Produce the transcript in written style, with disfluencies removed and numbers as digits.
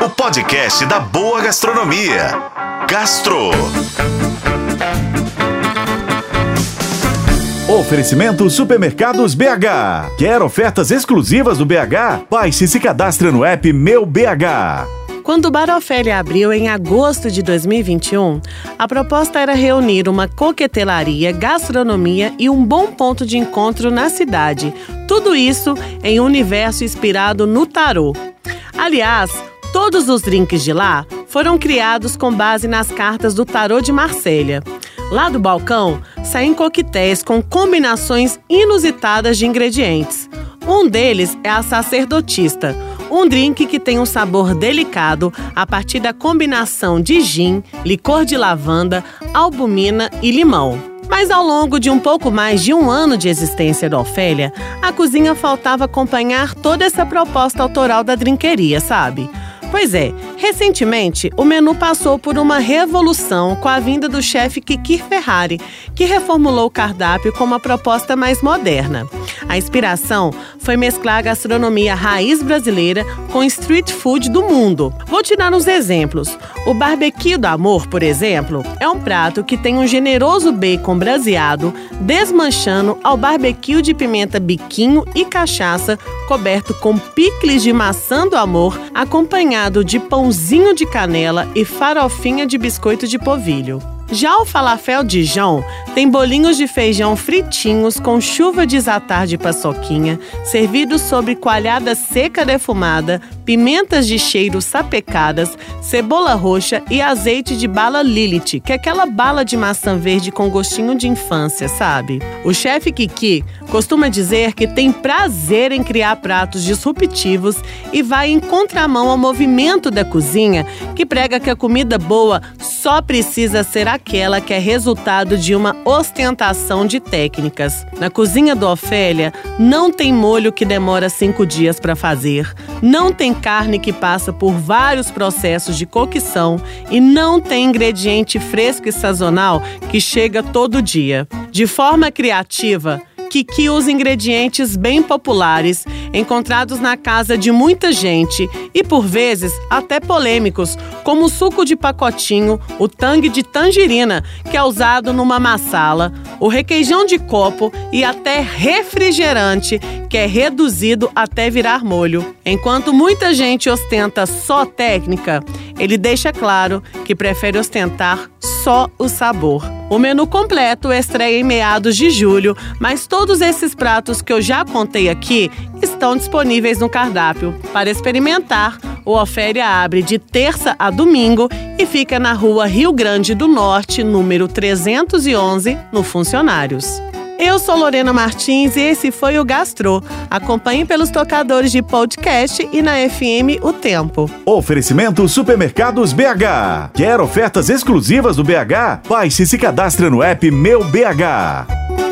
o podcast da boa gastronomia. Gastro. Oferecimento Supermercados BH. Quer ofertas exclusivas do BH? Baixe e se cadastre no app Meu BH. Quando o Bar Ofélia abriu em agosto de 2021, a proposta era reunir uma coquetelaria, gastronomia e um bom ponto de encontro na cidade. Tudo isso em um universo inspirado no tarô. Aliás, todos os drinks de lá foram criados com base nas cartas do tarô de Marsella. Lá do balcão, saem coquetéis com combinações inusitadas de ingredientes. Um deles é a sacerdotista, um drink que tem um sabor delicado a partir da combinação de gin, licor de lavanda, albumina e limão. Mas ao longo de um pouco mais de um ano de existência da Ofélia, a cozinha faltava acompanhar toda essa proposta autoral da drinqueria, sabe? Pois é, recentemente o menu passou por uma revolução com a vinda do chefe Kiki Ferrari, que reformulou o cardápio com uma proposta mais moderna. A inspiração foi mesclar a gastronomia raiz brasileira com street food do mundo. Vou te dar uns exemplos. O barbecue do amor, por exemplo, é um prato que tem um generoso bacon braseado, desmanchando ao barbecue de pimenta biquinho e cachaça, coberto com picles de maçã do amor, acompanhado de pãozinho de canela e farofinha de biscoito de polvilho. Já o falafel Dijon tem bolinhos de feijão fritinhos com chuva de zatar de paçoquinha, servidos sobre coalhada seca defumada, pimentas de cheiro sapecadas, cebola roxa e azeite de bala Lilith, que é aquela bala de maçã verde com gostinho de infância, sabe? O chefe Kiki costuma dizer que tem prazer em criar pratos disruptivos e vai em contramão ao movimento da cozinha, que prega que a comida boa só precisa ser aquela que é resultado de uma ostentação de técnicas. Na cozinha do Ofélia, não tem molho que demora 5 dias para fazer, não tem carne que passa por vários processos de cocção e não tem ingrediente fresco e sazonal que chega todo dia. De forma criativa, Kiki usa ingredientes bem populares, encontrados na casa de muita gente e, por vezes, até polêmicos, como o suco de pacotinho, o tangue de tangerina, que é usado numa massala, o requeijão de copo e até refrigerante, que é reduzido até virar molho. Enquanto muita gente ostenta só técnica, ele deixa claro que prefere ostentar só o sabor. O menu completo estreia em meados de julho, mas todos esses pratos que eu já contei aqui estão disponíveis no cardápio. Para experimentar, o Ofélia abre de terça a domingo e fica na Rua Rio Grande do Norte, número 311, no Funcionários. Eu sou Lorena Martins e esse foi o Gastro. Acompanhe pelos tocadores de podcast e na FM O Tempo. Oferecimento Supermercados BH. Quer ofertas exclusivas do BH? Baixe e se cadastre no app Meu BH.